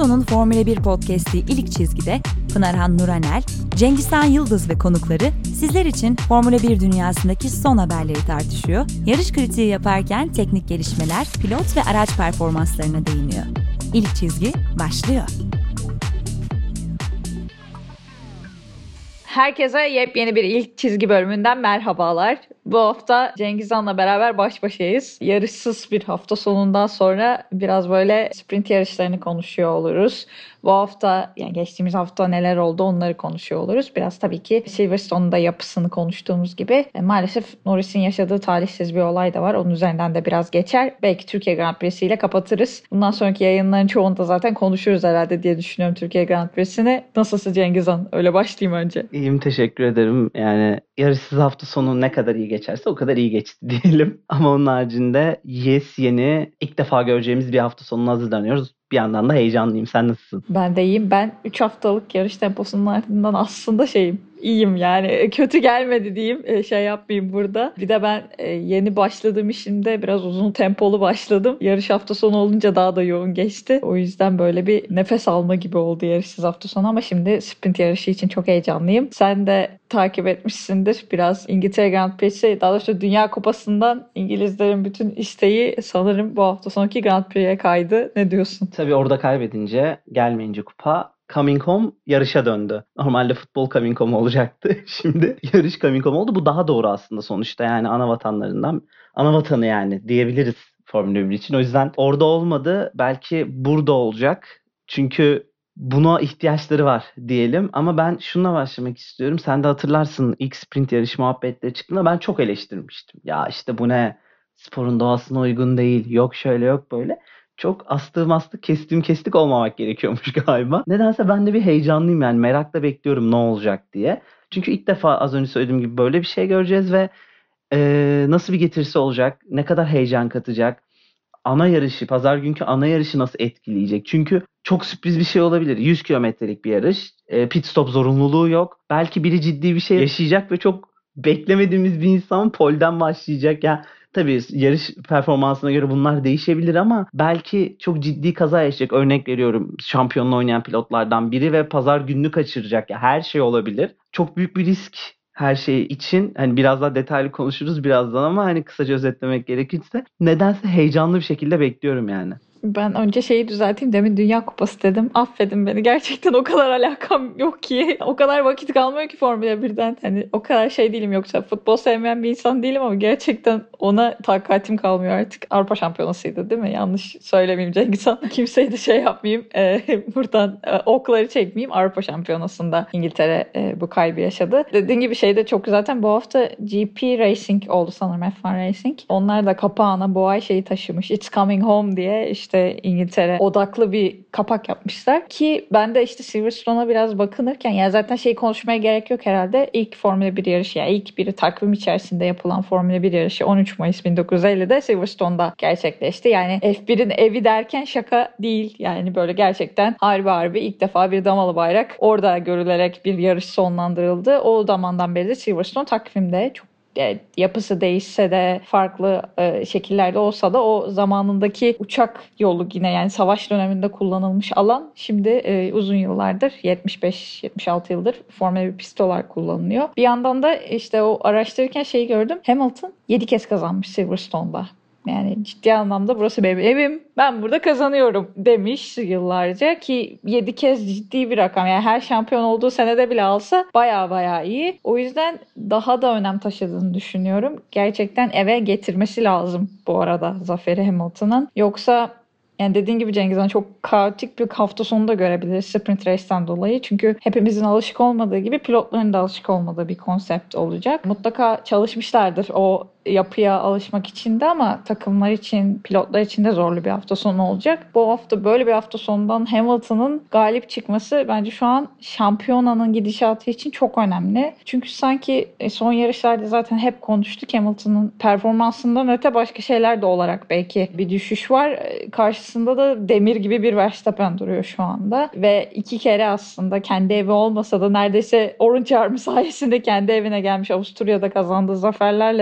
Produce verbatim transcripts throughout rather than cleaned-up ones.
Son'un Formula bir podcast'i İlk Çizgi'de Pınarhan Nuranel, Cengizhan Yıldız ve konukları sizler için Formula bir dünyasındaki son haberleri tartışıyor, yarış kritiği yaparken teknik gelişmeler, pilot ve araç performanslarına değiniyor. İlk Çizgi başlıyor. Herkese yepyeni bir İlk Çizgi bölümünden merhabalar. Bu hafta Cengizhan'la beraber baş başayız. Yarışsız bir hafta sonundan sonra biraz böyle sprint yarışlarını konuşuyor oluruz. Bu hafta, yani geçtiğimiz hafta neler oldu onları konuşuyor oluruz. Biraz tabii ki Silverstone'un da yapısını konuştuğumuz gibi. E, maalesef Norris'in yaşadığı talihsiz bir olay da var. Onun üzerinden de biraz geçer. Belki Türkiye Grand Prix'si ile kapatırız. Bundan sonraki yayınların çoğunda zaten konuşuruz herhalde diye düşünüyorum Türkiye Grand Prix'sini. Nasılsın Cengizhan? Öyle başlayayım önce. İyiyim, teşekkür ederim. Yani yarışsız hafta sonu ne kadar iyi geçerse o kadar iyi geçti diyelim. Ama onun haricinde yes yeni ilk defa göreceğimiz bir hafta sonuna hazırlanıyoruz. Bir yandan da heyecanlıyım. Sen nasılsın? Ben de iyiyim. Ben üç haftalık yarış temposunun ardından aslında şeyim. İyiyim yani. Kötü gelmedi diyeyim. Şey yapmayayım burada. Bir de ben yeni başladığım işimde biraz uzun tempolu başladım. Yarış hafta sonu olunca daha da yoğun geçti. O yüzden böyle bir nefes alma gibi oldu yarışsız hafta sonu ama şimdi sprint yarışı için çok heyecanlıyım. Sen de takip etmişsindir. Biraz İngiltere Grand Prix'si, daha doğrusu Dünya Kupası'ndan İngilizlerin bütün isteği sanırım bu hafta sonraki Grand Prix'e kaydı. Ne diyorsun? Tabii orada kaybedince, gelmeyince kupa, Coming Home yarışa döndü. Normalde futbol Coming Home olacaktı. Şimdi yarış Coming Home oldu. Bu daha doğru aslında sonuçta, yani ana vatanlarından. Ana vatanı yani diyebiliriz Formula bir için. O yüzden orada olmadı. Belki burada olacak. Çünkü buna ihtiyaçları var diyelim. Ama ben şununla başlamak istiyorum. Sen de hatırlarsın, ilk sprint yarış muhabbetleri çıktığında ben çok eleştirmiştim. Ya işte bu ne? Sporun doğasına uygun değil. Yok şöyle yok böyle. Çok astığım astık, kestiğim kestik olmamak gerekiyormuş galiba. Nedense ben de bir heyecanlıyım, yani merakla bekliyorum ne olacak diye. Çünkü ilk defa az önce söylediğim gibi böyle bir şey göreceğiz ve e, nasıl bir getirisi olacak, ne kadar heyecan katacak, ana yarışı, pazar günkü ana yarışı nasıl etkileyecek? Çünkü çok sürpriz bir şey olabilir. yüz kilometrelik bir yarış, e, pit stop zorunluluğu yok. Belki biri ciddi bir şey yaşayacak ve çok beklemediğimiz bir insan polden başlayacak. Yani tabii yarış performansına göre bunlar değişebilir ama belki çok ciddi kaza yaşayacak. Örnek veriyorum, şampiyonla oynayan pilotlardan biri ve pazar gününü kaçıracak. Yani her şey olabilir. Çok büyük bir risk her şey için. Hani biraz daha detaylı konuşuruz birazdan ama hani kısaca özetlemek gerekirse nedense heyecanlı bir şekilde bekliyorum yani. Ben önce şeyi düzelteyim. Demin Dünya Kupası dedim. Affedin beni. Gerçekten o kadar alakam yok ki. O kadar vakit kalmıyor ki Formula birden. Hani o kadar şey değilim, yoksa futbol sevmeyen bir insan değilim ama gerçekten ona takatim kalmıyor artık. Avrupa Şampiyonası'ydı değil mi? Yanlış söylemeyeyim Cengizhan. Kimseyi de şey yapmayayım. E, buradan e, okları çekmeyeyim. Avrupa Şampiyonası'nda İngiltere e, bu kaybı yaşadı. Dediğin gibi şey de çok, zaten bu hafta G P Racing oldu sanırım. F bir Racing. Onlar da kapağına bu ay şeyi taşımış. It's Coming Home diye işte İşte İngiltere odaklı bir kapak yapmışlar ki ben de işte Silverstone'a biraz bakınırken, yani zaten şey konuşmaya gerek yok herhalde. İlk Formula bir yarışı, yani ilk bir takvim içerisinde yapılan Formula bir yarışı on üç Mayıs bin dokuz yüz ellide Silverstone'da gerçekleşti. Yani F bir'in evi derken şaka değil. Yani böyle gerçekten harbi harbi ilk defa bir damalı bayrak orada görülerek bir yarış sonlandırıldı. O zamandan beri de Silverstone takvimde çok yapısı değişse de farklı e, şekillerde olsa da o zamanındaki uçak yolu yine, yani savaş döneminde kullanılmış alan şimdi e, uzun yıllardır, yetmiş beş yetmiş altı yıldır Formula bir pisti olarak kullanılıyor. Bir yandan da işte o araştırırken şeyi gördüm. Hamilton yedi kez kazanmış Silverstone'da. Yani ciddi anlamda burası benim evim, ben burada kazanıyorum demiş yıllarca ki yedi kez ciddi bir rakam. Yani her şampiyon olduğu senede bile alsa baya baya iyi. O yüzden daha da önem taşıdığını düşünüyorum. Gerçekten eve getirmesi lazım bu arada zaferi Hamilton'ın. Yoksa yani dediğin gibi Cengizhan, çok kaotik bir hafta sonu da görebiliriz sprint race'ten dolayı. Çünkü hepimizin alışık olmadığı gibi pilotların da alışık olmadığı bir konsept olacak. Mutlaka çalışmışlardır o yapıya alışmak için de ama takımlar için, pilotlar için de zorlu bir hafta sonu olacak. Bu hafta böyle bir hafta sonundan Hamilton'ın galip çıkması bence şu an şampiyonanın gidişatı için çok önemli. Çünkü sanki son yarışlarda zaten hep konuştuk, Hamilton'ın performansından öte başka şeyler de olarak belki bir düşüş var. Karşısında da demir gibi bir Verstappen duruyor şu anda. Ve iki kere aslında kendi evi olmasa da neredeyse Orange Army sayesinde kendi evine gelmiş, Avusturya'da kazandığı zaferlerle de biraz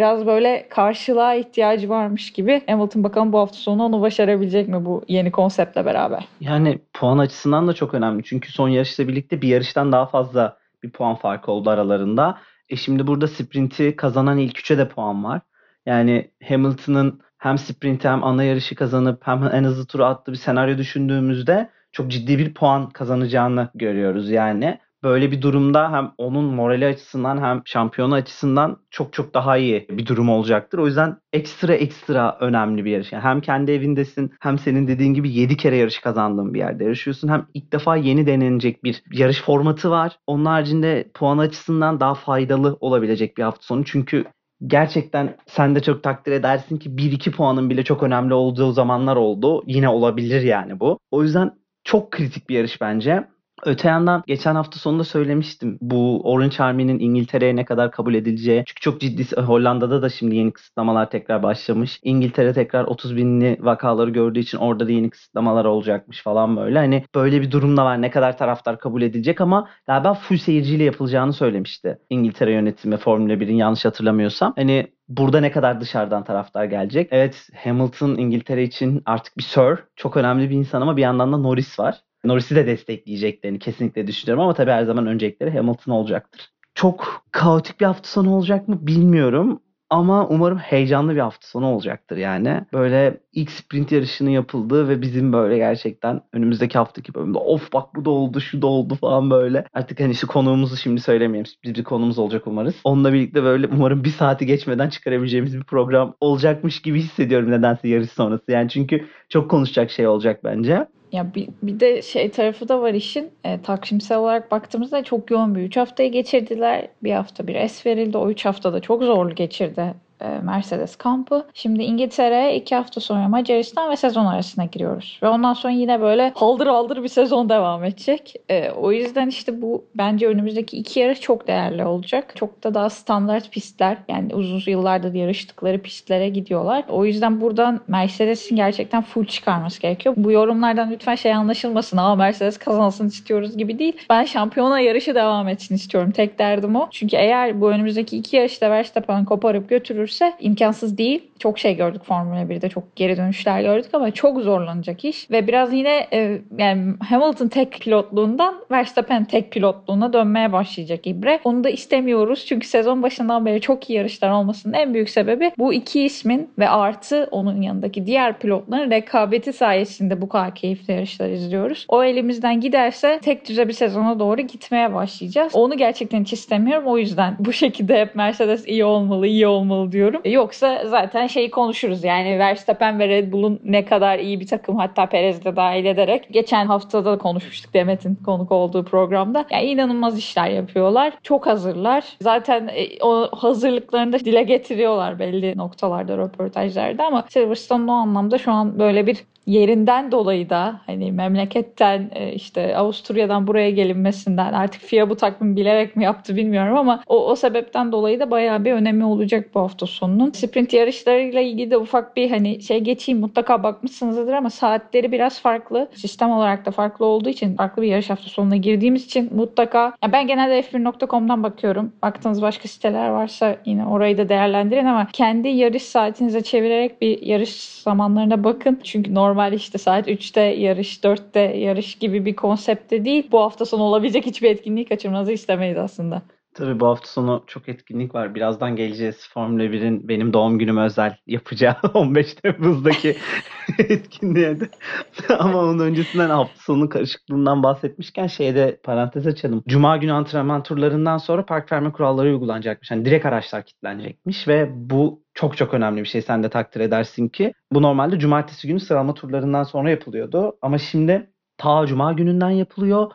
biraz böyle karşılığa ihtiyacı varmış gibi. Hamilton bakalım bu hafta sonu onu başarabilecek mi bu yeni konseptle beraber? Yani puan açısından da çok önemli. Çünkü son yarışla birlikte bir yarıştan daha fazla bir puan farkı oldu aralarında. E şimdi burada sprinti kazanan ilk üçe de puan var. Yani Hamilton'ın hem sprinti hem ana yarışı kazanıp hem en hızlı turu attığı bir senaryo düşündüğümüzde çok ciddi bir puan kazanacağını görüyoruz yani. Böyle bir durumda hem onun morali açısından hem şampiyonu açısından çok çok daha iyi bir durum olacaktır. O yüzden ekstra ekstra önemli bir yarış. Yani hem kendi evindesin hem senin dediğin gibi yedi kere yarış kazandığın bir yerde yarışıyorsun. Hem ilk defa yeni denenecek bir yarış formatı var. Onun haricinde puan açısından daha faydalı olabilecek bir hafta sonu. Çünkü gerçekten sen de çok takdir edersin ki bir iki puanın bile çok önemli olduğu zamanlar oldu. Yine olabilir yani bu. O yüzden çok kritik bir yarış bence. Öte yandan geçen hafta sonunda söylemiştim. Bu Orange Army'nin İngiltere'ye ne kadar kabul edileceği. Çünkü çok ciddi, Hollanda'da da şimdi yeni kısıtlamalar tekrar başlamış. İngiltere tekrar otuz binli vakaları gördüğü için orada da yeni kısıtlamalar olacakmış falan böyle. Hani böyle bir durumda var. Ne kadar taraftar kabul edilecek ama galiba full seyirciyle yapılacağını söylemişti İngiltere yönetimi Formula birin, yanlış hatırlamıyorsam. Hani burada ne kadar dışarıdan taraftar gelecek? Evet, Hamilton İngiltere için artık bir sir. Çok önemli bir insan ama bir yandan da Norris var. Norris'i de destekleyeceklerini kesinlikle düşünüyorum ama tabii her zaman öncelikleri Hamilton olacaktır. Çok kaotik bir hafta sonu olacak mı bilmiyorum ama umarım heyecanlı bir hafta sonu olacaktır yani. Böyle ilk sprint yarışının yapıldığı ve bizim böyle gerçekten önümüzdeki haftaki bölümde of bak bu da oldu, şu da oldu falan böyle. Artık hani işte konuğumuzu şimdi söylemeyeyim. Sürpriz bir konumuz olacak umarız. Onunla birlikte böyle umarım bir saati geçmeden çıkarabileceğimiz bir program olacakmış gibi hissediyorum nedense yarış sonrası. Yani çünkü çok konuşacak şey olacak bence. Ya bir, bir de şey tarafı da var işin. E, takvimsel olarak baktığımızda çok yoğun bir üç haftayı geçirdiler. Bir hafta bir es verildi. O üç haftada çok zorlu geçirdi Mercedes kampı. Şimdi İngiltere, iki hafta sonra Macaristan ve sezon arasına giriyoruz. Ve ondan sonra yine böyle haldır haldır bir sezon devam edecek. E, o yüzden işte bu bence önümüzdeki iki yarış çok değerli olacak. Çok da daha standart pistler, yani uzun yıllardır yarıştıkları pistlere gidiyorlar. O yüzden buradan Mercedes'in gerçekten full çıkarması gerekiyor. Bu yorumlardan lütfen şey anlaşılmasın. Aa Mercedes kazansın istiyoruz gibi değil. Ben şampiyona yarışı devam etsin istiyorum. Tek derdim o. Çünkü eğer bu önümüzdeki iki yarışta Verstappen koparıp götürür imkansız değil. Çok şey gördük Formula birde. Çok geri dönüşler gördük ama çok zorlanacak iş. Ve biraz yine e, yani Hamilton tek pilotluğundan Verstappen tek pilotluğuna dönmeye başlayacak ibre. Onu da istemiyoruz. Çünkü sezon başından beri çok iyi yarışlar olmasının en büyük sebebi bu iki ismin ve artı onun yanındaki diğer pilotların rekabeti sayesinde bu kadar keyifli yarışlar izliyoruz. O elimizden giderse tek düze bir sezona doğru gitmeye başlayacağız. Onu gerçekten hiç istemiyorum. O yüzden bu şekilde hep Mercedes iyi olmalı, iyi olmalı diyorum. Yoksa zaten şeyi konuşuruz. Yani Verstappen ve Red Bull'un ne kadar iyi bir takım, hatta Perez'i de dahil ederek geçen haftada da konuşmuştuk Demet'in konuk olduğu programda. Yani inanılmaz işler yapıyorlar. Çok hazırlar. Zaten o hazırlıklarını da dile getiriyorlar belli noktalarda, röportajlarda ama Silverstone'un o anlamda şu an böyle bir yerinden dolayı da hani memleketten işte Avusturya'dan buraya gelinmesinden, artık F I A bu takvimi bilerek mi yaptı bilmiyorum ama o, o sebepten dolayı da bayağı bir önemi olacak bu hafta sonunun. Sprint yarışlarıyla ilgili de ufak bir hani şey geçeyim, mutlaka bakmışsınızdır ama saatleri biraz farklı. Sistem olarak da farklı olduğu için, farklı bir yarış hafta sonuna girdiğimiz için mutlaka, yani ben genelde F bir nokta com'dan bakıyorum. Baktığınız başka siteler varsa yine orayı da değerlendirin ama kendi yarış saatinize çevirerek bir yarış zamanlarına bakın. Çünkü normal işte saat üçte yarış, dörtte yarış gibi bir konsepte değil. Bu hafta sonu olabilecek hiçbir etkinliği kaçırmanızı istemeyiz aslında. Tabii bu hafta sonu çok etkinlik var. Birazdan geleceğiz. Formula birin benim doğum günüm özel yapacağı on beş Temmuz'daki etkinliğe de. Ama onun öncesinden hafta sonu karışıklığından bahsetmişken şeyde parantez açalım. Cuma günü antrenman turlarından sonra park verme kuralları uygulanacakmış. Yani direkt araçlar kilitlenecekmiş ve bu çok çok önemli bir şey. Sen de takdir edersin ki. Bu normalde cumartesi günü sıralama turlarından sonra yapılıyordu. Ama şimdi ta cuma gününden yapılıyor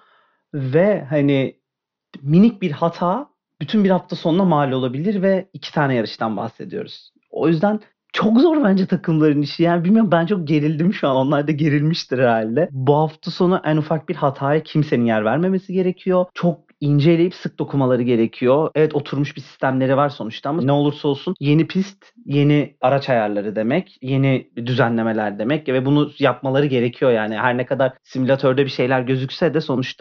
ve hani minik bir hata bütün bir hafta sonuna mal olabilir ve iki tane yarıştan bahsediyoruz. O yüzden çok zor bence takımların işi. Yani bilmiyorum, ben çok gerildim şu an. Onlar da gerilmiştir herhalde. Bu hafta sonu en ufak bir hataya kimsenin yer vermemesi gerekiyor. Çok inceleyip sık dokumaları gerekiyor. Evet, oturmuş bir sistemleri var sonuçta ama ne olursa olsun yeni pist, yeni araç ayarları demek, yeni düzenlemeler demek ve bunu yapmaları gerekiyor yani. Her ne kadar simülatörde bir şeyler gözükse de sonuçta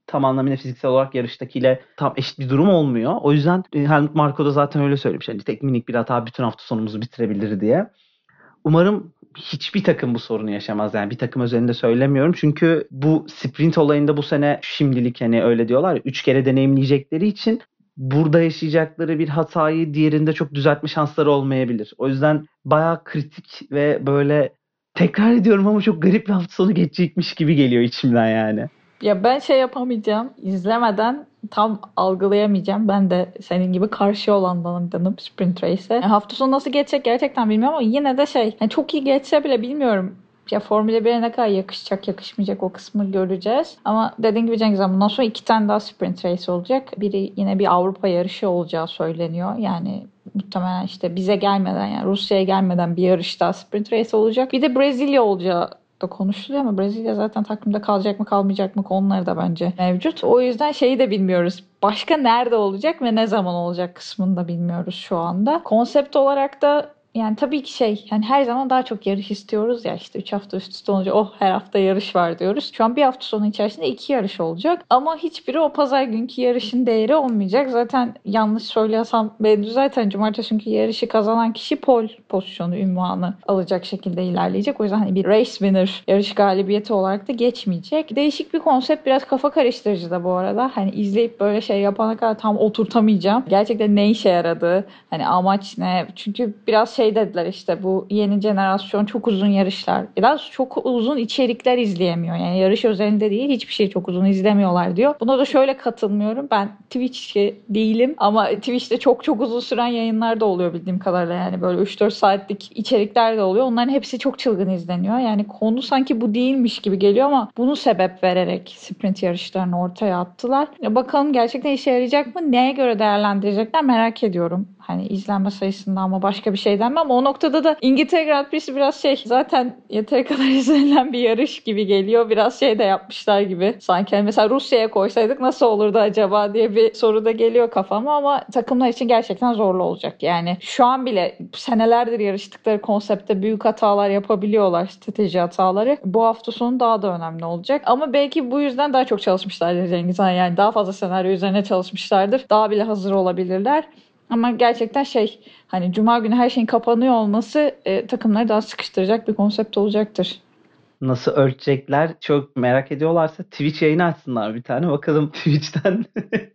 tam anlamıyla fiziksel olarak yarıştakiyle tam eşit bir durum olmuyor. O yüzden e, Helmut Marko da zaten öyle söylemiş. Yani tek minik bir hata bütün hafta sonumuzu bitirebilir diye. Umarım hiçbir takım bu sorunu yaşamaz. Yani bir takım özelinde söylemiyorum. Çünkü bu sprint olayında bu sene şimdilik hani öyle diyorlar ya üç kere deneyimleyecekleri için burada yaşayacakları bir hatayı diğerinde çok düzeltme şansları olmayabilir. O yüzden bayağı kritik ve böyle tekrar ediyorum ama çok garip bir hafta sonu geçecekmiş gibi geliyor içimden yani. Ya ben şey yapamayacağım. İzlemeden tam algılayamayacağım. Ben de senin gibi karşı olandanım sprint race'e. Yani hafta sonu nasıl geçecek gerçekten bilmiyorum ama yine de şey yani çok iyi geçse bile bilmiyorum. Ya Formula bire ne kadar yakışacak yakışmayacak o kısmı göreceğiz. Ama dediğim gibi Cengiz Han bundan sonra iki tane daha sprint race olacak. Biri yine bir Avrupa yarışı olacağı söyleniyor. Yani muhtemelen işte bize gelmeden yani Rusya'ya gelmeden bir yarış daha sprint race olacak. Bir de Brezilya olacağı da konuşuluyor ama Brezilya zaten takvimde kalacak mı kalmayacak mı konuları da bence mevcut. O yüzden şeyi de bilmiyoruz. Başka nerede olacak ve ne zaman olacak kısmını da bilmiyoruz şu anda. Konsept olarak da yani tabii ki şey yani her zaman daha çok yarış istiyoruz ya işte üç hafta üst üste olunca oh her hafta yarış var diyoruz. Şu an bir hafta sonu içerisinde iki yarış olacak ama hiçbiri o pazar günkü yarışın değeri olmayacak. Zaten yanlış söylüyorsam beni zaten cumartesi günkü yarışı kazanan kişi pole pozisyonu ünvanı alacak şekilde ilerleyecek. O yüzden hani bir race winner yarış galibiyeti olarak da geçmeyecek. Değişik bir konsept biraz kafa karıştırıcı da bu arada. Hani izleyip böyle şey yapana kadar tam oturtamayacağım. Gerçekten ne işe yaradı? Hani amaç ne? Çünkü biraz şey şey dediler işte bu yeni jenerasyon çok uzun yarışlar. Daha çok uzun içerikler izleyemiyor. Yani yarış özelinde değil hiçbir şey çok uzun izlemiyorlar diyor. Buna da şöyle katılmıyorum. Ben Twitch'ci değilim ama Twitch'te çok çok uzun süren yayınlar da oluyor bildiğim kadarıyla. Yani böyle üç dört saatlik içerikler de oluyor. Onların hepsi çok çılgın izleniyor. Yani konu sanki bu değilmiş gibi geliyor ama bunu sebep vererek sprint yarışlarını ortaya attılar. Ya bakalım gerçekten işe yarayacak mı? Neye göre değerlendirecekler merak ediyorum. Hani izlenme sayısında ama başka bir şeyden mi? Ama o noktada da İngiltere Grand Prix'si biraz şey zaten yeteri kadar izlenilen bir yarış gibi geliyor. Biraz şey de yapmışlar gibi. Sanki hani mesela Rusya'ya koysaydık nasıl olurdu acaba diye bir soru da geliyor kafama ama takımlar için gerçekten zorlu olacak. Yani şu an bile senelerdir yarıştıkları konsepte büyük hatalar yapabiliyorlar. Strateji hataları. Bu hafta sonu daha da önemli olacak. Ama belki bu yüzden daha çok çalışmışlardır Cengiz Han. Yani daha fazla senaryo üzerine çalışmışlardır. Daha bile hazır olabilirler. Ama gerçekten şey hani cuma günü her şeyin kapanıyor olması e, takımları daha sıkıştıracak bir konsept olacaktır. Nasıl ölçecekler çok merak ediyorlarsa Twitch yayını açsınlar bir tane. Bakalım Twitch'ten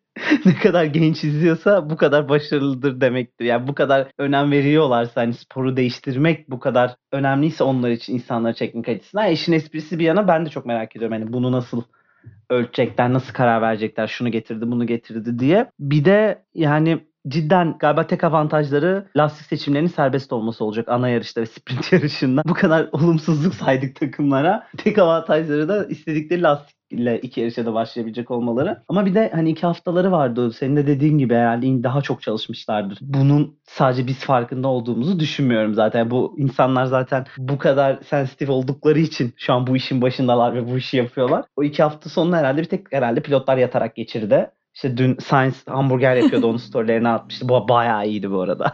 ne kadar genç izliyorsa bu kadar başarılıdır demektir. Yani bu kadar önem veriyorlarsa hani sporu değiştirmek bu kadar önemliyse onlar için insanları çekmek açısından. Yani işin esprisi bir yana ben de çok merak ediyorum. Hani bunu nasıl ölçecekler, nasıl karar verecekler, şunu getirdi, bunu getirdi diye. Bir de yani cidden galiba tek avantajları lastik seçimlerinin serbest olması olacak ana yarışta ve sprint yarışında. Bu kadar olumsuzluk saydık takımlara. Tek avantajları da istedikleri lastikle iki yarışa da başlayabilecek olmaları. Ama bir de hani iki haftaları vardı. Senin de dediğin gibi herhalde daha çok çalışmışlardır. Bunun sadece biz farkında olduğumuzu düşünmüyorum zaten. Bu insanlar zaten bu kadar sensitif oldukları için şu an bu işin başındalar ve bu işi yapıyorlar. O iki hafta sonunu herhalde bir tek herhalde pilotlar yatarak geçirdi. İşte dün Sainz hamburger yapıyordu, onun storylerine atmıştı. Bu bayağı iyiydi bu arada.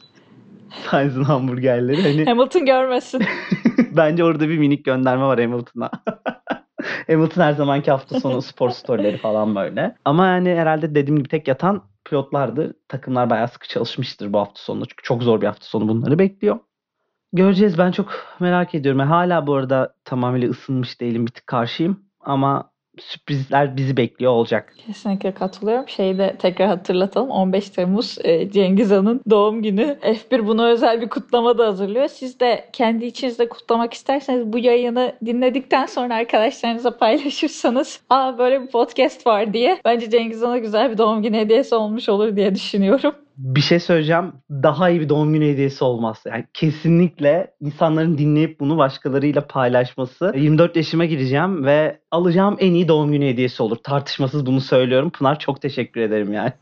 Sainz'ın hamburgerleri. Hani... Hamilton görmesin. Bence orada bir minik gönderme var Hamilton'a. Hamilton her zamanki hafta sonu spor storyleri falan böyle. Ama yani herhalde dediğim gibi tek yatan pilotlardı. Takımlar bayağı sıkı çalışmıştır bu hafta sonunda. Çünkü çok zor bir hafta sonu bunları bekliyor. Göreceğiz. Ben çok merak ediyorum. Yani hala bu arada tamamıyla ısınmış değilim. Bir tık karşıyım. Ama sürprizler bizi bekliyor olacak. Kesinlikle katılıyorum. Şeyi de tekrar hatırlatalım. on beş Temmuz e, Cengiz Han'ın doğum günü. F bir buna özel bir kutlama da hazırlıyor. Siz de kendi içinizde kutlamak isterseniz bu yayını dinledikten sonra arkadaşlarınıza paylaşırsanız aa böyle bir podcast var diye bence Cengiz Han'a güzel bir doğum günü hediyesi olmuş olur diye düşünüyorum. Bir şey söyleyeceğim. Daha iyi bir doğum günü hediyesi olmaz. Yani kesinlikle insanların dinleyip bunu başkalarıyla paylaşması. yirmi dört yaşıma gireceğim ve alacağım en iyi doğum günü hediyesi olur. Tartışmasız bunu söylüyorum. Pınar çok teşekkür ederim yani.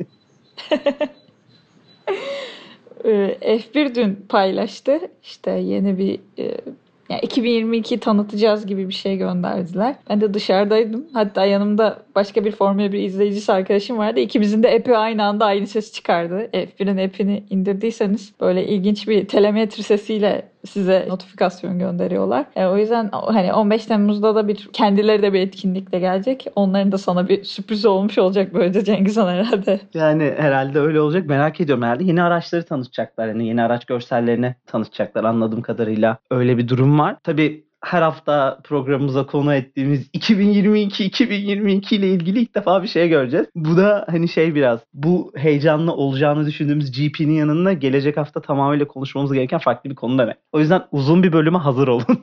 F bir dün paylaştı. İşte yeni bir yani iki bin yirmi iki tanıtacağız gibi bir şey gönderdiler. Ben de dışarıdaydım. Hatta yanımda başka bir Formula bir izleyicisi arkadaşım vardı. İkimizin de app'i aynı anda aynı ses çıkardı. F bir'in app'ini indirdiyseniz böyle ilginç bir telemetri sesiyle size notifikasyon gönderiyorlar. E, o yüzden hani on beş Temmuz'da da bir kendileri de bir etkinlikle gelecek. Onların da sana bir sürpriz olmuş olacak böylece Cengizhan herhalde. Yani herhalde öyle olacak. Merak ediyorum herhalde. Yeni araçları tanıtacaklar. Yani yeni araç görsellerini tanıtacaklar anladığım kadarıyla. Öyle bir durum var. Tabii her hafta programımıza konu ettiğimiz iki bin yirmi iki iki bin yirmi iki ile ilgili ilk defa bir şey göreceğiz. Bu da hani şey biraz bu heyecanlı olacağını düşündüğümüz G P'nin yanında gelecek hafta tamamıyla konuşmamız gereken farklı bir konu demek. O yüzden uzun bir bölüme hazır olun.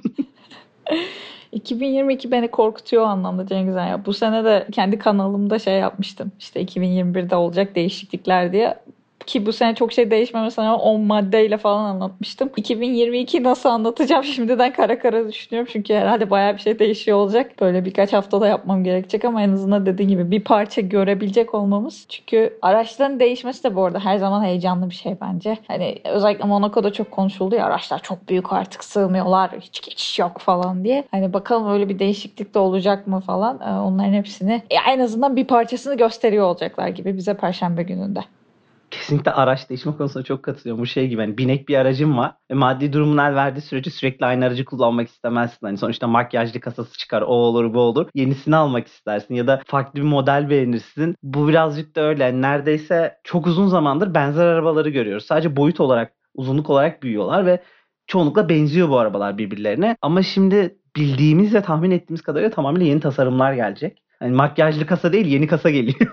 iki bin yirmi iki beni korkutuyor o anlamda Cengizhan ya. Bu sene de kendi kanalımda şey yapmıştım. İşte iki bin yirmi birde olacak değişiklikler diye. Ki bu sene çok şey değişmemesine on maddeyle falan anlatmıştım. iki bin yirmi iki nasıl anlatacağım şimdiden kara kara düşünüyorum. Çünkü herhalde bayağı bir şey değişiyor olacak. Böyle birkaç haftada yapmam gerekecek ama en azından dediğim gibi bir parça görebilecek olmamız. Çünkü araçların değişmesi de bu arada her zaman heyecanlı bir şey bence. Hani özellikle Monaco'da çok konuşuldu ya, araçlar çok büyük artık sığmıyorlar, hiç geçiş yok falan diye. Hani bakalım öyle bir değişiklik de olacak mı falan. Onların hepsini en azından bir parçasını gösteriyor olacaklar gibi bize Perşembe gününde. Kesinlikle araç değişme konusunda çok katılıyorum. Bu şey gibi hani binek bir aracın var ve maddi durumun el verdiği sürece sürekli aynı aracı kullanmak istemezsin. Hani sonuçta makyajlı kasası çıkar, o olur bu olur. Yenisini almak istersin ya da farklı bir model beğenirsin. Bu birazcık da öyle. Yani neredeyse çok uzun zamandır benzer arabaları görüyoruz. Sadece boyut olarak, uzunluk olarak büyüyorlar ve çoğunlukla benziyor bu arabalar birbirlerine. Ama şimdi bildiğimiz ve tahmin ettiğimiz kadarıyla tamamıyla yeni tasarımlar gelecek. Yani makyajlı kasa değil, yeni kasa geliyor.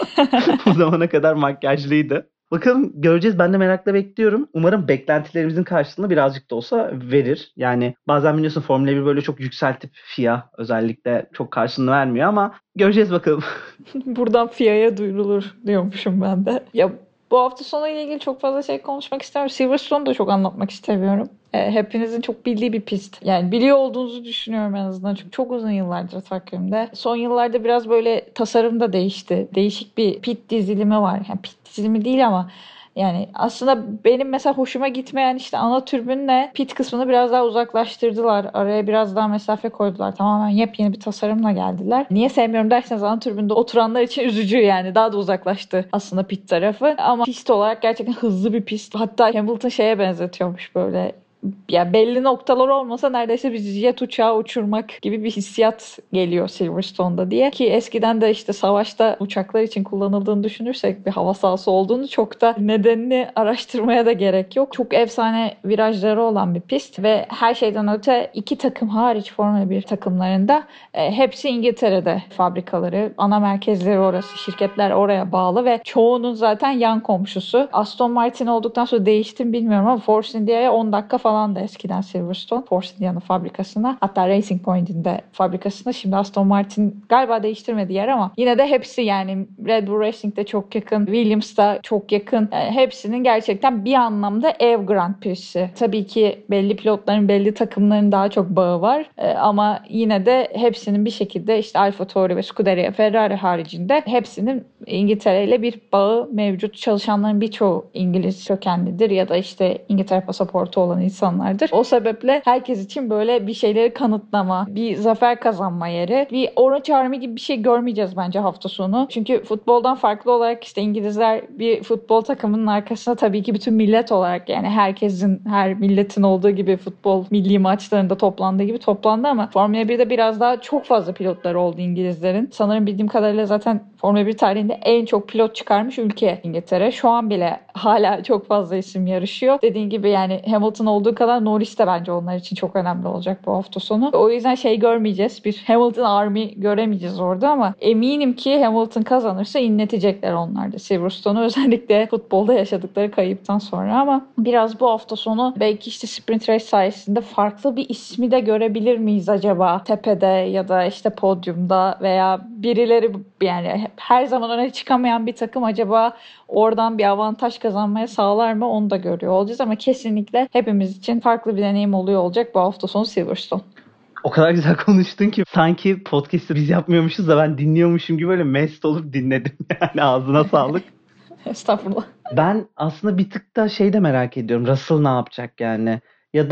O zamana kadar makyajlıydı. Bakalım göreceğiz. Ben de merakla bekliyorum. Umarım beklentilerimizin karşılığını birazcık da olsa verir. Yani bazen biliyorsun Formula bir böyle çok yükseltip F I A özellikle çok karşılığını vermiyor ama göreceğiz bakalım. Buradan F I A'ya duyurulur diyormuşum ben de. Ya bu hafta sonu ile ilgili çok fazla şey konuşmak istemiyorum. Silverstone'u da çok anlatmak istemiyorum. E, hepinizin çok bildiği bir pist. Yani biliyor olduğunuzu düşünüyorum en azından. Çünkü çok uzun yıllardır takvimde. Son yıllarda biraz böyle tasarım da değişti. Değişik bir pit dizilimi var. Yani pit dizilimi değil ama yani aslında benim mesela hoşuma gitmeyen işte ana türbünle pit kısmını biraz daha uzaklaştırdılar. Araya biraz daha mesafe koydular. Tamamen yepyeni bir tasarımla geldiler. Niye sevmiyorum derseniz ana türbünde oturanlar için üzücü yani. Daha da uzaklaştı aslında pit tarafı. Ama pist olarak gerçekten hızlı bir pist. Hatta Hamilton şeye benzetiyormuş böyle. Ya belli noktalar olmasa neredeyse bir jet uçağı uçurmak gibi bir hissiyat geliyor Silverstone'da diye. Ki eskiden de işte savaşta uçaklar için kullanıldığını düşünürsek bir hava sahası olduğunu çok da nedenini araştırmaya da gerek yok. Çok efsane virajları olan bir pist ve her şeyden öte iki takım hariç Formula bir takımlarında e, hepsi İngiltere'de fabrikaları, ana merkezleri orası, şirketler oraya bağlı ve çoğunun zaten yan komşusu. Aston Martin olduktan sonra değişti mi bilmiyorum ama Force India'ya on dakika falan falan da eskiden Silverstone, Force India'nın fabrikasına, hatta Racing Point'in de fabrikasına. Şimdi Aston Martin galiba değiştirmedi yer ama yine de hepsi yani Red Bull Racing'de çok yakın, Williams'da çok yakın. Yani hepsinin gerçekten bir anlamda ev Grand Prix'si. Tabii ki belli pilotların, belli takımların daha çok bağı var. Ee, ama yine de hepsinin bir şekilde işte AlphaTauri ve Scuderia Ferrari haricinde hepsinin İngiltere ile bir bağı mevcut. Çalışanların birçoğu İngiliz kökenlidir ya da işte İngiltere pasaportu olan insanlardır. O sebeple herkes için böyle bir şeyleri kanıtlama, bir zafer kazanma yeri. Bir Orange Army gibi bir şey görmeyeceğiz bence hafta sonu. Çünkü futboldan farklı olarak işte İngilizler bir futbol takımının arkasında tabii ki bütün millet olarak yani herkesin, her milletin olduğu gibi futbol milli maçlarında toplandığı gibi toplandı ama Formula birde biraz daha çok fazla pilotları oldu İngilizlerin. Sanırım bildiğim kadarıyla zaten Formula bir tarihinde en çok pilot çıkarmış ülke İngiltere. Şu an bile hala çok fazla isim yarışıyor. Dediğin gibi yani Hamilton olduğu kadar Norris de bence onlar için çok önemli olacak bu hafta sonu. O yüzden şey görmeyeceğiz. Bir Hamilton Army göremeyeceğiz orada ama eminim ki Hamilton kazanırsa inletecekler onlar da Silverstone'u, özellikle futbolda yaşadıkları kayıptan sonra. Ama biraz bu hafta sonu belki işte sprint race sayesinde farklı bir ismi de görebilir miyiz acaba? Tepede ya da işte podyumda veya birileri yani her zaman öne çıkamayan bir takım acaba oradan bir avantaj kazanmaya sağlar mı onu da görüyor olacağız ama kesinlikle hepimiz için farklı bir deneyim oluyor olacak bu hafta sonu Silverstone. O kadar güzel konuştun ki sanki podcast'ı biz yapmıyormuşuz da ben dinliyormuşum gibi böyle mest olup dinledim. Yani ağzına sağlık. Estağfurullah. Ben aslında bir tık da şey de merak ediyorum. Russell ne yapacak yani? Ya da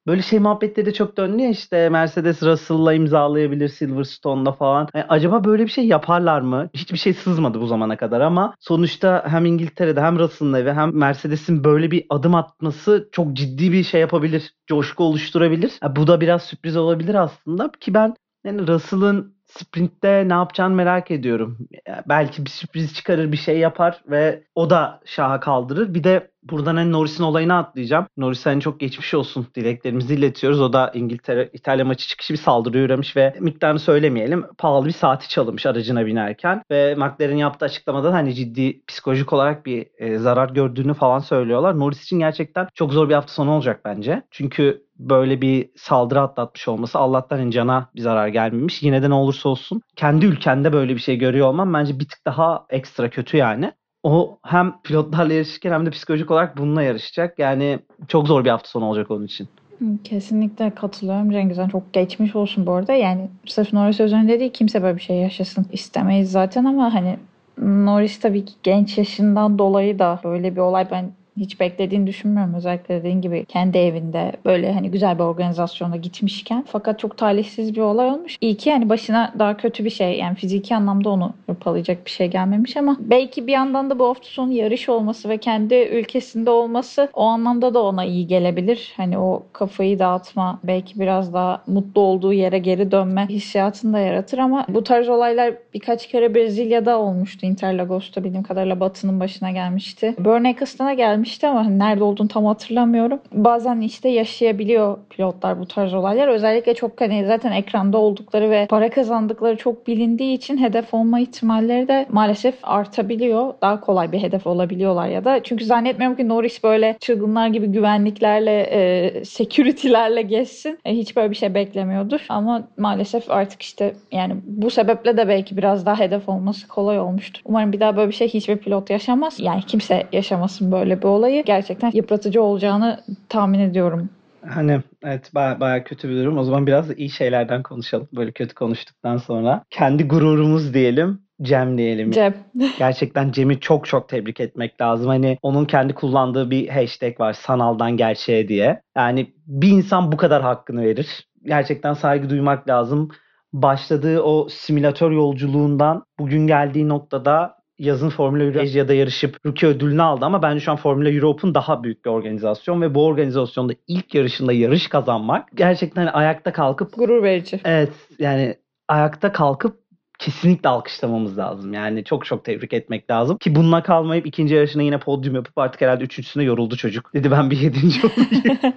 Böyle şey muhabbetleri de çok döndü ya, işte Mercedes Russell'la imzalayabilir Silverstone'da falan. Yani acaba böyle bir şey yaparlar mı? Hiçbir şey sızmadı bu zamana kadar ama sonuçta hem İngiltere'de hem Russell'ın evi hem Mercedes'in böyle bir adım atması çok ciddi bir şey yapabilir. Coşku oluşturabilir. Ya bu da biraz sürpriz olabilir aslında ki ben yani Russell'ın sprintte ne yapacağını merak ediyorum. Ya belki bir sürpriz çıkarır, bir şey yapar ve o da şaha kaldırır. Bir de buradan hani Norris'in olayına atlayacağım. Norris'e hani çok geçmiş olsun dileklerimizi iletiyoruz. O da İngiltere İtalya maçı çıkışı bir saldırıya uğramış ve miktarını söylemeyelim, pahalı bir saati çalınmış aracına binerken ve McLaren yaptığı açıklamada da hani ciddi psikolojik olarak bir e, zarar gördüğünü falan söylüyorlar. Norris için gerçekten çok zor bir hafta sonu olacak bence. Çünkü böyle bir saldırı atlatmış olması, Allah'tan hani cana bir zarar gelmemiş. Yine de ne olursa olsun kendi ülkende böyle bir şey görüyor olman bence bir tık daha ekstra kötü yani. O hem pilotlarla yarışırken hem de psikolojik olarak bununla yarışacak. Yani çok zor bir hafta sonu olacak onun için. Kesinlikle katılıyorum Cengizhan. Çok geçmiş olsun bu arada. Yani sırf Norris özelinde değil, kimse böyle bir şey yaşasın istemeyiz zaten ama hani Norris tabii ki genç yaşından dolayı da böyle bir olay ben hiç beklediğini düşünmüyorum. Özellikle dediğin gibi kendi evinde böyle hani güzel bir organizasyonda gitmişken. Fakat çok talihsiz bir olay olmuş. İyi ki yani başına daha kötü bir şey, yani fiziki anlamda onu hırpalayacak bir şey gelmemiş ama belki bir yandan da bu hafta sonu yarış olması ve kendi ülkesinde olması o anlamda da ona iyi gelebilir. Hani o kafayı dağıtma, belki biraz daha mutlu olduğu yere geri dönme hissiyatını da yaratır ama bu tarz olaylar birkaç kere Brezilya'da olmuştu. Interlagos'ta bildiğim kadarıyla Batı'nın başına gelmişti. Burn Ecclestone'a gelmişti ama nerede olduğunu tam hatırlamıyorum. Bazen işte yaşayabiliyor pilotlar bu tarz olaylar. Özellikle çok hani zaten ekranda oldukları ve para kazandıkları çok bilindiği için hedef olma ihtimalleri de maalesef artabiliyor. Daha kolay bir hedef olabiliyorlar ya da. Çünkü zannetmiyorum ki Norris böyle çılgınlar gibi güvenliklerle, e, security'lerle geçsin. E, hiç böyle bir şey beklemiyordur. Ama maalesef artık işte yani bu sebeple de belki biraz daha hedef olması kolay olmuştur. Umarım bir daha böyle bir şey hiçbir pilot yaşamaz. Yani kimse yaşamasın böyle bir olayı. Gerçekten yıpratıcı olacağını tahmin ediyorum. Hani evet, baya, baya kötü bir durum. O zaman biraz da iyi şeylerden konuşalım. Böyle kötü konuştuktan sonra. Kendi gururumuz diyelim. Cem diyelim. Cem. Gerçekten Cem'i çok çok tebrik etmek lazım. Hani onun kendi kullandığı bir hashtag var, sanaldan gerçeğe diye. Yani bir insan bu kadar hakkını verir. Gerçekten saygı duymak lazım. Başladığı o simülatör yolculuğundan bugün geldiği noktada yazın Formula Europe'da yarışıp Rookie ödülünü aldı ama bence şu an Formula Europe'un daha büyük bir organizasyon ve bu organizasyonda ilk yarışında yarış kazanmak gerçekten ayakta kalkıp Gurur verici. evet yani ayakta kalkıp kesinlikle alkışlamamız lazım. Yani çok çok tebrik etmek lazım. Ki bununla kalmayıp ikinci yarışına yine podyum yapıp artık herhalde üçüncüsüne yoruldu çocuk. Dedi ben bir yedinci olayım.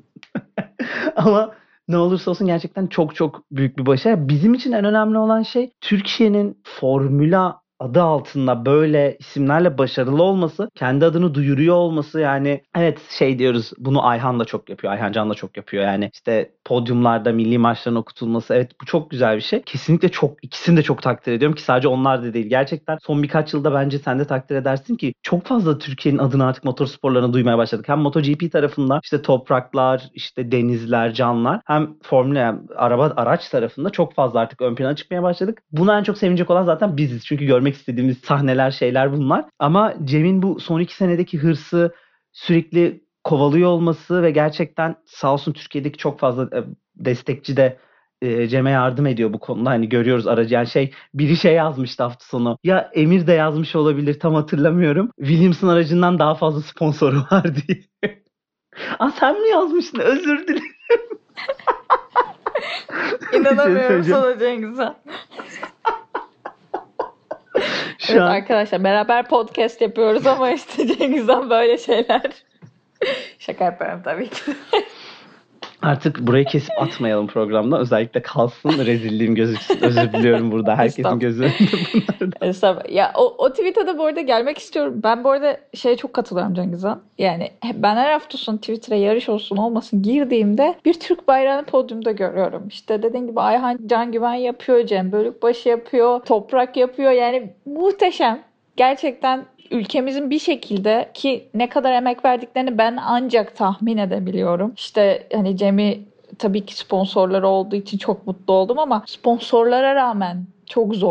Ama ne olursa olsun gerçekten çok çok büyük bir başarı. Bizim için en önemli olan şey Türkiye'nin Formula adı altında böyle isimlerle başarılı olması, kendi adını duyuruyor olması. Yani evet şey diyoruz, bunu Ayhan da çok yapıyor, Ayhan Can da çok yapıyor. Yani işte podyumlarda milli maçların okutulması, evet bu çok güzel bir şey. Kesinlikle çok, ikisini de çok takdir ediyorum ki sadece onlar da değil. Gerçekten son birkaç yılda bence sen de takdir edersin ki çok fazla Türkiye'nin adını artık motorsporlarına duymaya başladık. Hem MotoGP tarafında işte topraklar, işte denizler, canlar, hem Formula yani araba araç tarafında çok fazla artık ön plana çıkmaya başladık. Buna en çok sevinecek olan zaten biziz. Çünkü görmek istediğimiz sahneler, şeyler bunlar. Ama Cem'in bu son iki senedeki hırsı, sürekli kovalıyor olması ve gerçekten sağ olsun Türkiye'deki çok fazla destekçi de e, Cem'e yardım ediyor bu konuda. Hani görüyoruz aracı. Yani şey, biri şey yazmıştı hafta sonu. Ya Emir de yazmış olabilir, tam hatırlamıyorum. Williams'ın aracından daha fazla sponsoru var diye. Aa sen mi yazmıştın? Özür dilerim. İnanamıyorum sana Cengizhan. Şu Evet an arkadaşlar beraber podcast yapıyoruz ama işte Cengizhan böyle şeyler. Şaka yapıyorum tabii ki. artık burayı kesip atmayalım programda. Özellikle kalsın, rezilliğim gözüksün. Özür diliyorum burada herkesin gözü önünde bunlardan. Estağfurullah. Ya o, o tweet'e de bu arada gelmek istiyorum. Ben bu arada şeye çok katılıyorum Cengizhan. Yani ben her hafta sonu Twitter'a yarış olsun olmasın girdiğimde bir Türk bayrağını podyumda görüyorum. İşte dediğim gibi Ayhan Can Güven yapıyor, Cem Bölükbaşı yapıyor, Toprak yapıyor. Yani muhteşem. Gerçekten ülkemizin bir şekilde, ki ne kadar emek verdiklerini ben ancak tahmin edebiliyorum. İşte hani Cem'i tabii ki sponsorları olduğu için çok mutlu oldum ama sponsorlara rağmen çok zor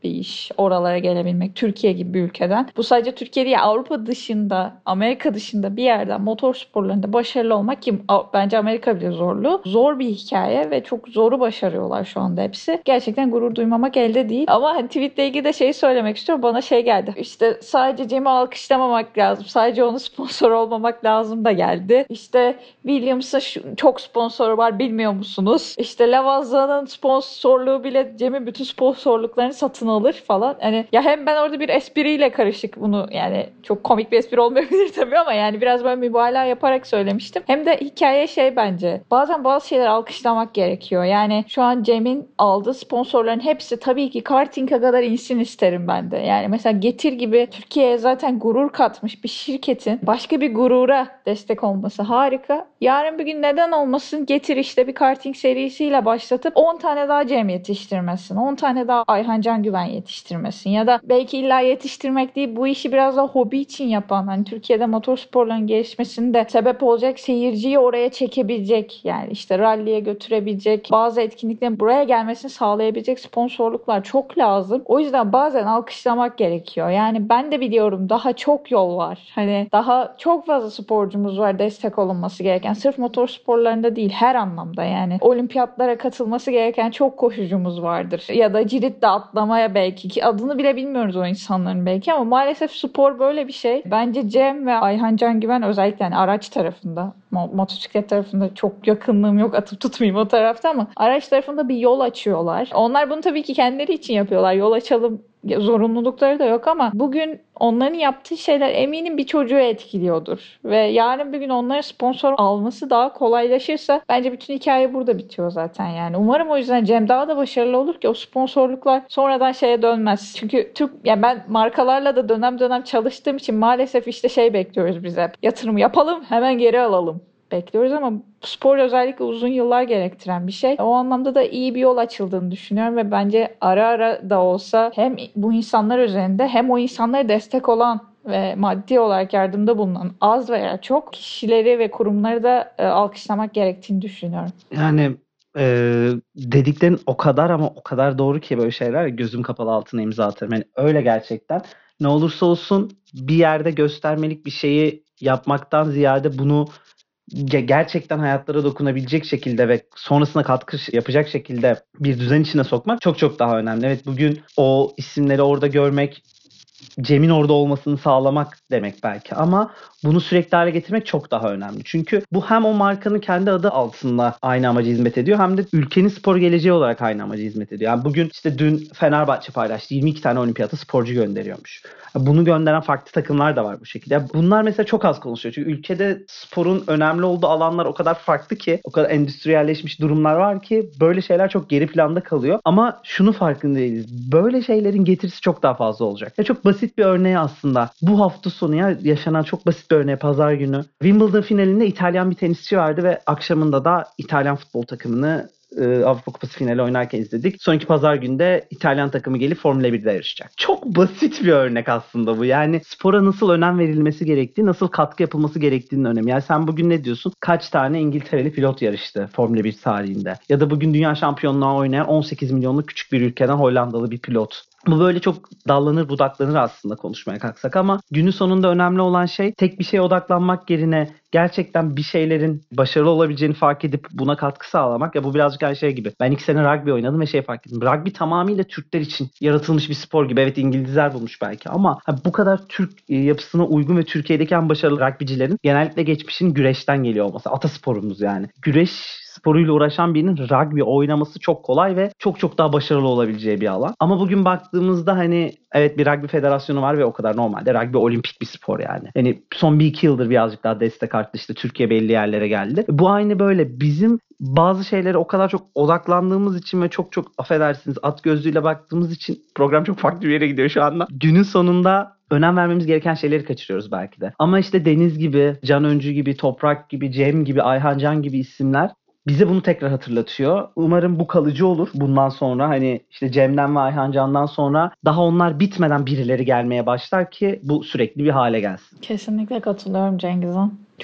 bir iş oralara gelebilmek, Türkiye gibi bir ülkeden. Bu sadece Türkiye değil, Avrupa dışında, Amerika dışında bir yerden motor sporlarında başarılı olmak, ki bence Amerika bile zorlu. Zor bir hikaye ve çok zoru başarıyorlar şu anda hepsi. Gerçekten gurur duymamak elde değil. Ama hani tweetle ilgili de şeyi söylemek istiyorum. Bana şey geldi. İşte sadece Cem'i alkışlamamak lazım. Sadece onun sponsor olmamak lazım da geldi. İşte Williams'a çok sponsoru var, bilmiyor musunuz? İşte Lavaza'nın sponsorluğu bile Cem'in bütün sponsorluklarını satın alır falan. Hani ya hem ben orada bir espriyle karışık bunu, yani çok komik bir espri olmayabilir tabii ama yani biraz böyle mübalağa yaparak söylemiştim. Hem de hikaye şey bence. Bazen bazı şeyler alkışlamak gerekiyor. Yani şu an Cem'in aldığı sponsorların hepsi tabii ki karting'e kadar insin isterim ben de. Yani mesela Getir gibi Türkiye'ye zaten gurur katmış bir şirketin başka bir gurura destek olması harika. Yarın bir gün neden olmasın, Getir işte bir karting serisiyle başlatıp on tane daha Cem yetiştirmesin. on tane daha Ayhan Can Güven yetiştirmesin. Ya da belki illa yetiştirmek değil, bu işi biraz daha hobi için yapan, hani Türkiye'de motorsporların gelişmesinde sebep olacak, seyirciyi oraya çekebilecek, yani işte ralliye götürebilecek, bazı etkinliklerin buraya gelmesini sağlayabilecek sponsorluklar çok lazım. O yüzden bazen alkışlamak gerekiyor. Yani ben de biliyorum daha çok yol var. Hani daha çok fazla sporcumuz var destek olunması gereken. Sırf motor sporlarında değil, her anlamda yani. Olimpiyatlara katılması gereken çok koşucumuz vardır. Ya da Cirit'te atlamaya belki, ki adını bile bilmiyoruz o insanların belki, ama maalesef spor böyle bir şey. Bence Cem ve Ayhan Can Güven özellikle yani araç tarafında, motosiklet tarafında çok yakınlığım yok, atıp tutmayayım o tarafta, ama araç tarafında bir yol açıyorlar. Onlar bunu tabii ki kendileri için yapıyorlar. Yol açalım zorunlulukları da yok, ama bugün onların yaptığı şeyler eminim bir çocuğu etkiliyordur. Ve yarın bir gün onların sponsor alması daha kolaylaşırsa bence bütün hikaye burada bitiyor zaten yani. Umarım o yüzden Cem daha da başarılı olur ki o sponsorluklar sonradan şeye dönmez. Çünkü Türk, yani ben markalarla da dönem dönem çalıştığım için maalesef işte şey bekliyoruz biz hep. Yatırım yapalım, hemen geri alalım bekliyoruz, ama spor özellikle uzun yıllar gerektiren bir şey. O anlamda da iyi bir yol açıldığını düşünüyorum ve bence ara ara da olsa hem bu insanlar üzerinde hem o insanlara destek olan ve maddi olarak yardımda bulunan az veya çok kişileri ve kurumları da e, alkışlamak gerektiğini düşünüyorum. Yani e, dediklerin o kadar ama o kadar doğru ki, böyle şeyler gözüm kapalı altına imza atarım. Yani öyle gerçekten. Ne olursa olsun bir yerde göstermelik bir şeyi yapmaktan ziyade bunu gerçekten hayatlara dokunabilecek şekilde ve sonrasında katkı yapacak şekilde bir düzen içine sokmak çok çok daha önemli. Evet, bugün o isimleri orada görmek, Cem'in orada olmasını sağlamak demek belki, ama bunu sürekli hale getirmek çok daha önemli. Çünkü bu hem o markanın kendi adı altında aynı amaca hizmet ediyor, hem de ülkenin spor geleceği olarak aynı amaca hizmet ediyor. Yani bugün işte dün Fenerbahçe paylaştı, yirmi iki tane olimpiyata sporcu gönderiyormuş. Bunu gönderen farklı takımlar da var bu şekilde. Bunlar mesela çok az konuşuyor. Çünkü ülkede sporun önemli olduğu alanlar o kadar farklı ki, o kadar endüstriyelleşmiş durumlar var ki böyle şeyler çok geri planda kalıyor. Ama şunu farkındayız. Böyle şeylerin getirisi çok daha fazla olacak. Ya çok basit bir örneği aslında. Bu hafta sonu ya yaşanan çok basit bir örneği, pazar günü. Wimbledon finalinde İtalyan bir tenisçi vardı ve akşamında da İtalyan futbol takımını Avrupa Kupası finali oynarken izledik. Sonraki pazar günde İtalyan takımı gelip Formula birde yarışacak. Çok basit bir örnek aslında bu. Yani spora nasıl önem verilmesi gerektiği, nasıl katkı yapılması gerektiğinin önemi. Yani sen bugün ne diyorsun? Kaç tane İngiltereli pilot yarıştı Formula bir tarihinde? Ya da bugün dünya şampiyonluğuna oynayan on sekiz milyonluk küçük bir ülkeden Hollandalı bir pilot. Bu böyle çok dallanır budaklanır aslında konuşmaya kalksak, ama günün sonunda önemli olan şey tek bir şeye odaklanmak yerine gerçekten bir şeylerin başarılı olabileceğini fark edip buna katkı sağlamak. Ya bu birazcık her şey gibi. Ben iki sene rugby oynadım ve şey fark ettim. Rugby tamamıyla Türkler için yaratılmış bir spor gibi. Evet, İngilizler bulmuş belki, ama bu kadar Türk yapısına uygun ve Türkiye'deki en başarılı rugbycilerin genellikle geçmişinin güreşten geliyor olması. Atasporumuz yani. Güreş sporuyla uğraşan birinin rugby oynaması çok kolay ve çok çok daha başarılı olabileceği bir alan. Ama bugün baktığımızda hani evet, bir rugby federasyonu var ve o kadar, normalde rugby olimpik bir spor yani. Yani son bir iki yıldır birazcık daha destek arttı, işte Türkiye belli yerlere geldi. Bu aynı böyle bizim bazı şeylere o kadar çok odaklandığımız için ve çok çok affedersiniz at gözlüğüyle baktığımız için program çok farklı bir yere gidiyor şu anda. Günün sonunda önem vermemiz gereken şeyleri kaçırıyoruz belki de. Ama işte Deniz gibi, Can Öncü gibi, Toprak gibi, Cem gibi, Ayhan Can gibi isimler bize bunu tekrar hatırlatıyor. Umarım bu kalıcı olur. Bundan sonra hani işte Cem'den ve Ayhan Can'dan sonra daha onlar bitmeden birileri gelmeye başlar ki bu sürekli bir hale gelsin. Kesinlikle katılıyorum Cengizhan. Çok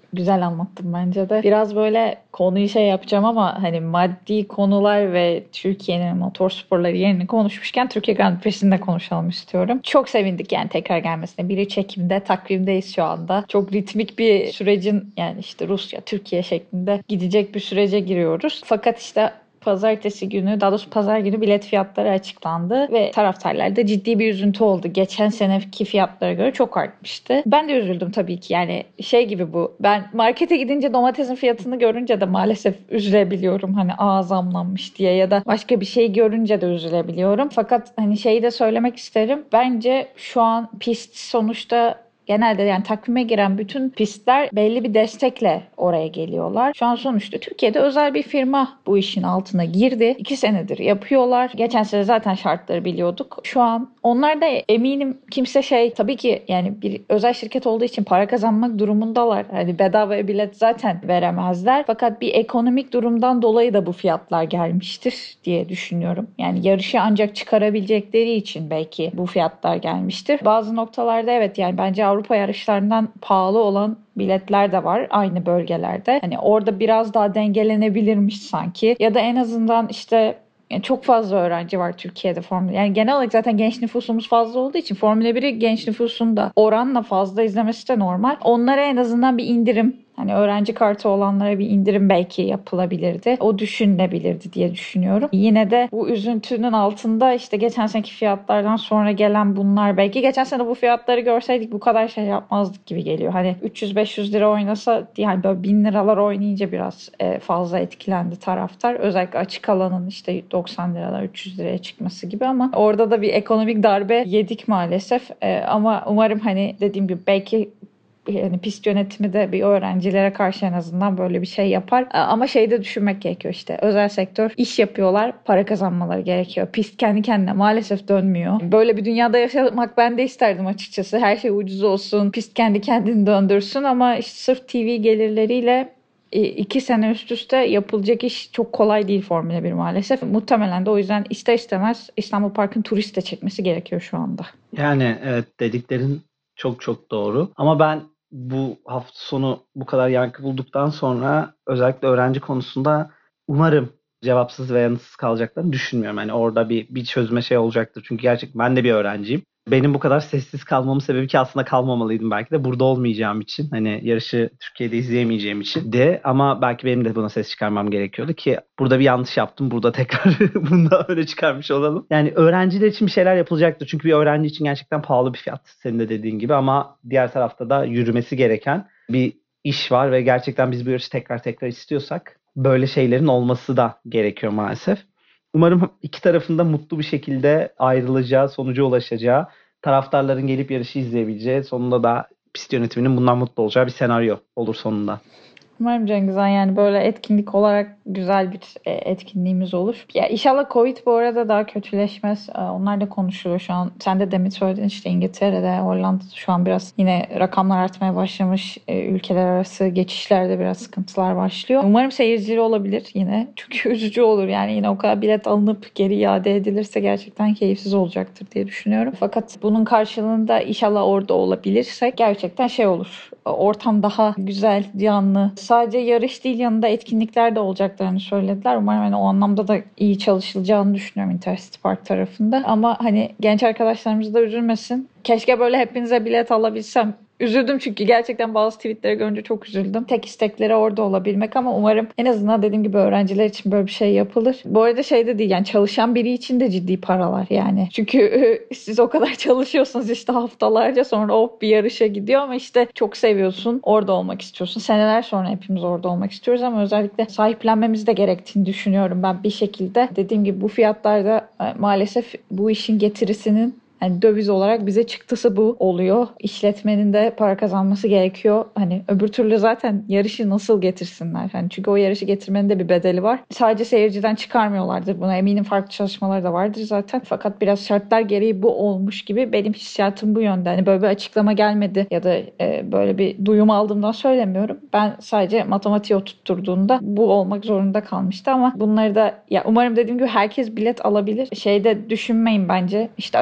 Güzel anlattım bence de. Biraz böyle konuyu şey yapacağım ama hani maddi konular ve Türkiye'nin motor sporları yerini konuşmuşken Türkiye Grand Prix'sini de konuşalım istiyorum. Çok sevindik yani tekrar gelmesine. Biri çekimde, takvimdeyiz şu anda. Çok ritmik bir sürecin, yani işte Rusya, Türkiye şeklinde gidecek bir sürece giriyoruz. Fakat işte Pazartesi günü, daha doğrusu pazar günü bilet fiyatları açıklandı ve taraftarlarda ciddi bir üzüntü oldu. Geçen seneki fiyatlara göre çok artmıştı. Ben de üzüldüm tabii ki, yani şey gibi bu. Ben markete gidince domatesin fiyatını görünce de maalesef üzülebiliyorum. Hani aa zamlanmış diye, ya da başka bir şey görünce de üzülebiliyorum. Fakat hani şeyi de söylemek isterim. Bence şu an pist sonuçta genelde yani takvime giren bütün pistler belli bir destekle oraya geliyorlar. Şu an sonuçta Türkiye'de özel bir firma bu işin altına girdi. İki senedir yapıyorlar. Geçen sene zaten şartları biliyorduk. Şu an onlar da eminim kimse şey, tabii ki yani bir özel şirket olduğu için para kazanmak durumundalar. Hani bedava bilet zaten veremezler. Fakat bir ekonomik durumdan dolayı da bu fiyatlar gelmiştir diye düşünüyorum. Yani yarışı ancak çıkarabilecekleri için belki bu fiyatlar gelmiştir. Bazı noktalarda evet, yani bence Avrupa yarışlarından pahalı olan biletler de var aynı bölgelerde. Hani orada biraz daha dengelenebilirmiş sanki. Ya da en azından işte yani çok fazla öğrenci var Türkiye'de Formula. Yani genel olarak zaten genç nüfusumuz fazla olduğu için Formula biri genç nüfusun da oranla fazla izlemesi de normal. Onlara en azından bir indirim, hani öğrenci kartı olanlara bir indirim belki yapılabilirdi. O düşünülebilirdi diye düşünüyorum. Yine de bu üzüntünün altında işte geçen seneki fiyatlardan sonra gelen bunlar, belki geçen sene bu fiyatları görseydik bu kadar şey yapmazdık gibi geliyor. Hani üç yüz beş yüz lira oynasa, yani böyle bin liralar oynayınca biraz fazla etkilendi taraftar. Özellikle açık alanın işte doksan liralar üç yüz liraya çıkması gibi, ama orada da bir ekonomik darbe yedik maalesef. Ama umarım hani dediğim gibi belki yani pist yönetimi de bir öğrencilere karşı en azından böyle bir şey yapar. Ama şey de düşünmek gerekiyor, işte özel sektör iş yapıyorlar, para kazanmaları gerekiyor. Pist kendi kendine maalesef dönmüyor. Böyle bir dünyada yaşamak ben de isterdim açıkçası. Her şey ucuz olsun, pist kendi kendini döndürsün, ama işte sırf T V gelirleriyle iki sene üst üste yapılacak iş çok kolay değil Formula bir maalesef. Muhtemelen de o yüzden ister istemez İstanbul Park'ın turist de çekmesi gerekiyor şu anda. Yani evet, dediklerin çok çok doğru. Ama ben bu hafta sonu bu kadar yankı bulduktan sonra özellikle öğrenci konusunda umarım cevapsız ve yanıtsız kalacaklarını düşünmüyorum. Yani orada bir bir çözme şey olacaktır. Çünkü gerçekten ben de bir öğrenciyim. Benim bu kadar sessiz kalmamın sebebi, ki aslında kalmamalıydım belki de, burada olmayacağım için. Hani yarışı Türkiye'de izleyemeyeceğim için de, ama belki benim de buna ses çıkarmam gerekiyordu ki burada bir yanlış yaptım. Burada tekrar bunu da öne çıkarmış olalım. Yani öğrenciler için bir şeyler yapılacaktır. Çünkü bir öğrenci için gerçekten pahalı bir fiyat, senin de dediğin gibi, ama diğer tarafta da yürümesi gereken bir iş var ve gerçekten biz bu yarışı tekrar tekrar istiyorsak böyle şeylerin olması da gerekiyor maalesef. Umarım iki tarafında mutlu bir şekilde ayrılacağı, sonuca ulaşacağı, taraftarların gelip yarışı izleyebileceği, sonunda da pist yönetiminin bundan mutlu olacağı bir senaryo olur sonunda. Umarım Cengizhan, yani böyle etkinlik olarak güzel bir etkinliğimiz olur. Ya inşallah Covid bu arada daha kötüleşmez. Onlar da konuşuluyor şu an. Sen de demin söyledin, işte İngiltere'de, Hollanda'da şu an biraz yine rakamlar artmaya başlamış. Ülkeler arası geçişlerde biraz sıkıntılar başlıyor. Umarım seyircili olabilir yine. Çünkü üzücü olur. Yani yine o kadar bilet alınıp geri iade edilirse gerçekten keyifsiz olacaktır diye düşünüyorum. Fakat bunun karşılığında inşallah orada olabilirsek gerçekten şey olur. Ortam daha güzel, canlı. Sadece yarış değil, yanında etkinlikler de olacaklarını söylediler. Umarım hani o anlamda da iyi çalışılacağını düşünüyorum Intercity Park tarafında. Ama hani genç arkadaşlarımız da üzülmesin. Keşke böyle hepinize bilet alabilsem. Üzüldüm çünkü gerçekten bazı tweetleri görünce çok üzüldüm. Tek istekleri orada olabilmek, ama umarım en azından dediğim gibi öğrenciler için böyle bir şey yapılır. Bu arada şey de değil, yani çalışan biri için de ciddi paralar yani. Çünkü siz o kadar çalışıyorsunuz işte haftalarca, sonra hop bir yarışa gidiyor, ama işte çok seviyorsun, orada olmak istiyorsun. Seneler sonra hepimiz orada olmak istiyoruz, ama özellikle sahiplenmemiz de gerektiğini düşünüyorum ben bir şekilde. Dediğim gibi bu fiyatlarda maalesef bu işin getirisinin, yani döviz olarak bize çıktısı bu oluyor. İşletmenin de para kazanması gerekiyor. Hani öbür türlü zaten yarışı nasıl getirsinler? Hani çünkü o yarışı getirmenin de bir bedeli var. Sadece seyirciden çıkarmıyorlardır buna. Eminim farklı çalışmalar da vardır zaten. Fakat biraz şartlar gereği bu olmuş gibi, benim hissiyatım bu yönde. Hani böyle bir açıklama gelmedi ya da e, böyle bir duyum aldığımdan söylemiyorum. Ben sadece matematiği oturtturduğunda bu olmak zorunda kalmıştı, ama bunları da ya umarım dediğim gibi herkes bilet alabilir. Şeyde düşünmeyin bence. İşte açık alan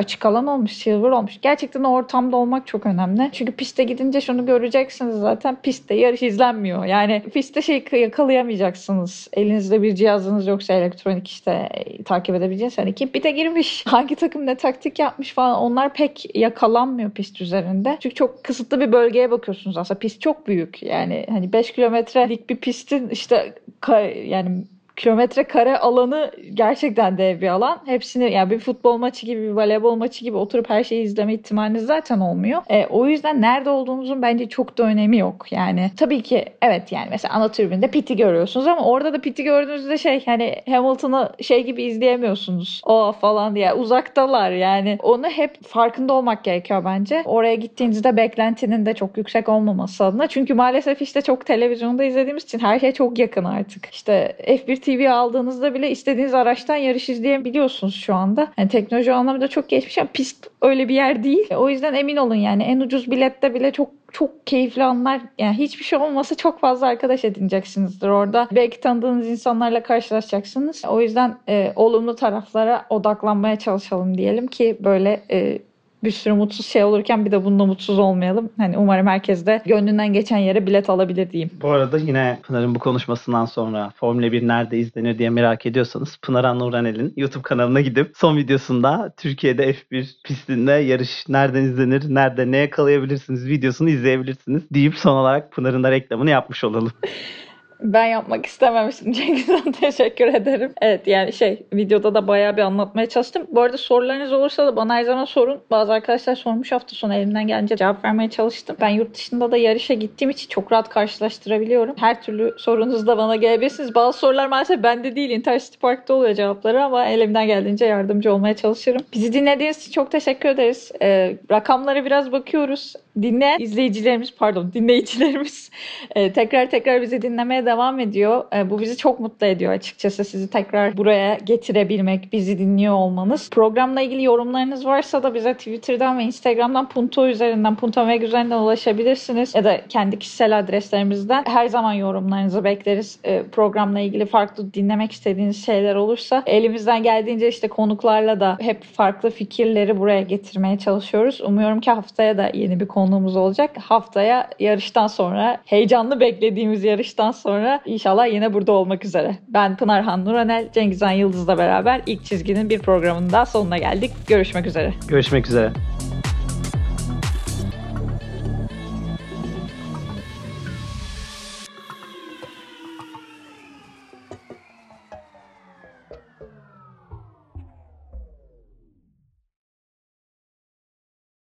olmuş, silver olmuş. Gerçekten o ortamda olmak çok önemli. Çünkü piste gidince şunu göreceksiniz zaten. Pistte yarış izlenmiyor. Yani pistte şey yakalayamayacaksınız. Elinizde bir cihazınız yoksa elektronik işte e, takip edebileceğiniz. Hani kim pite girmiş, hangi takım ne taktik yapmış falan, onlar pek yakalanmıyor pist üzerinde. Çünkü çok kısıtlı bir bölgeye bakıyorsunuz aslında. Pist çok büyük. Yani hani beş kilometrelik bir pistin işte yani kilometre kare alanı gerçekten dev bir alan. Hepsini yani bir futbol maçı gibi, bir voleybol maçı gibi oturup her şeyi izleme ihtimaliniz zaten olmuyor. E, o yüzden nerede olduğunuzun bence çok da önemi yok. Yani tabii ki evet, yani mesela ana tribünde piti görüyorsunuz ama orada da piti gördüğünüzde şey, hani Hamilton'ı şey gibi izleyemiyorsunuz. O falan diye uzaktalar yani. Onu hep farkında olmak gerekiyor bence. Oraya gittiğinizde beklentinin de çok yüksek olmaması adına. Çünkü maalesef işte çok televizyonda izlediğimiz için her şey çok yakın artık. İşte F bir T V aldığınızda bile istediğiniz araçtan yarış izleyebiliyorsunuz şu anda. Yani teknoloji anlamında çok gelişmiş ama pist öyle bir yer değil. O yüzden emin olun yani en ucuz bilette bile çok çok keyifli anlar, yani hiçbir şey olmasa çok fazla arkadaş edineceksinizdir orada. Belki tanıdığınız insanlarla karşılaşacaksınız. O yüzden e, olumlu taraflara odaklanmaya çalışalım diyelim ki böyle e, bir sürü mutsuz şey olurken bir de bununla mutsuz olmayalım. Hani umarım herkes de gönlünden geçen yere bilet alabilir diyeyim. Bu arada yine Pınar'ın bu konuşmasından sonra Formula bir nerede izlenir diye merak ediyorsanız Pınar Nuranel'in YouTube kanalına gidip son videosunda Türkiye'de F bir pistinde yarış nereden izlenir, nerede ne yakalayabilirsiniz videosunu izleyebilirsiniz deyip son olarak Pınar'ın da reklamını yapmış olalım. Ben yapmak istememiştim Cengiz'den, teşekkür ederim. Evet yani şey, videoda da bayağı bir anlatmaya çalıştım. Bu arada sorularınız olursa da bana her zaman sorun. Bazı arkadaşlar sormuş, hafta sonu elimden gelince cevap vermeye çalıştım. Ben yurt dışında da yarışa gittiğim için çok rahat karşılaştırabiliyorum. Her türlü sorunuz da bana gelebilirsiniz. Bazı sorular maalesef bende değil, Intercity Park'ta oluyor cevapları ama elimden geldiğince yardımcı olmaya çalışırım. Bizi dinlediğiniz için çok teşekkür ederiz. Ee, rakamlara biraz bakıyoruz. Dinleyen izleyicilerimiz, pardon dinleyicilerimiz e, tekrar tekrar bizi dinlemeye devam ediyor. E, bu bizi çok mutlu ediyor açıkçası, sizi tekrar buraya getirebilmek, bizi dinliyor olmanız. Programla ilgili yorumlarınız varsa da bize Twitter'dan ve Instagram'dan Punto üzerinden, Punto Meg üzerinden ulaşabilirsiniz. Ya da kendi kişisel adreslerimizden her zaman yorumlarınızı bekleriz. E, programla ilgili farklı dinlemek istediğiniz şeyler olursa elimizden geldiğince işte konuklarla da hep farklı fikirleri buraya getirmeye çalışıyoruz. Umuyorum ki haftaya da yeni bir konuğumuz olacak. Haftaya yarıştan sonra, heyecanlı beklediğimiz yarıştan sonra İnşallah yine burada olmak üzere. Ben Pınarhan Nuranel, Cengizhan Yıldız'la beraber İlk Çizgi'nin bir programının daha sonuna geldik. Görüşmek üzere. Görüşmek üzere.